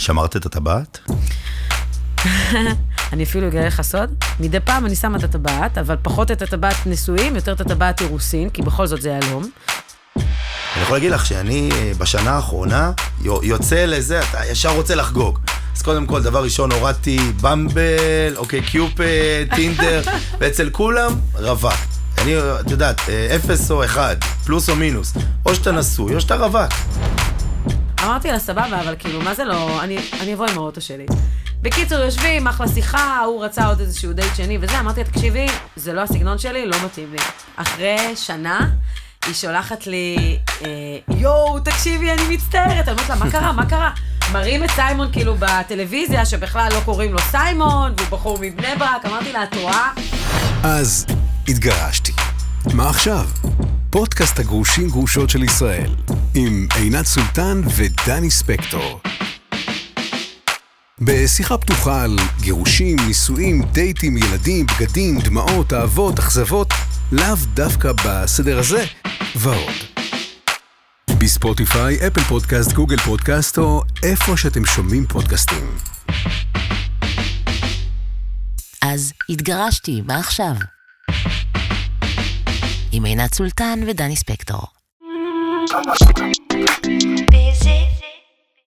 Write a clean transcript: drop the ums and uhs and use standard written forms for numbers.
שמרת את הטבעת? אני אפילו אגלה לך סוד. מדי פעם אני שמה את הטבעת, אבל פחות את הטבעת נשואים, יותר את הטבעת אירוסין, כי בכל זאת זה יהלום. אני יכול להגיד לך שאני בשנה האחרונה יוצא לזה, אתה ישר רוצה לחגוג. אז קודם כל, דבר ראשון, הורדתי במבל, אוקיי, קיופד, טינדר, ואצל כולם רווק. אני, את יודעת, 0 או 1, פלוס או מינוס. או שאתה נשוי, או שאתה רווק. אמרתי לה סבבה, אבל כאילו, מה זה לא? אני אבוא עם האוטו שלי. בקיצור, יושבים, אחלה שיחה, הוא רצה עוד איזשהו דייט שני וזה, אמרתי, תקשיבי, זה לא הסגנון שלי, לא מתאים לי. אחרי שנה, היא שולחת לי, יואו, תקשיבי, אני מצטערת. אני אומרת לה, מה קרה? מה קרה? מראים את סיימון כאילו בטלוויזיה, שבכלל לא קוראים לו סיימון, והוא בחור מבני ברק. אמרתי לה, את רואה? אז התגרשתי. מה עכשיו? פודקאסט הגרושים גרושות של ישראל, עם עינת סולטן ודני ספקטור. בשיחה פתוחה על גירושים, נישואים, דייטים, ילדים, בגדים, דמעות, אהבות, אכזבות, לאו דווקא בסדר הזה, ועוד. בספוטיפיי, אפל פודקאסט, גוגל פודקאסט, או איפה שאתם שומעים פודקאסטים. אז התגרשתי, מה עכשיו? עם עינת סולטן ודני ספקטור. Visit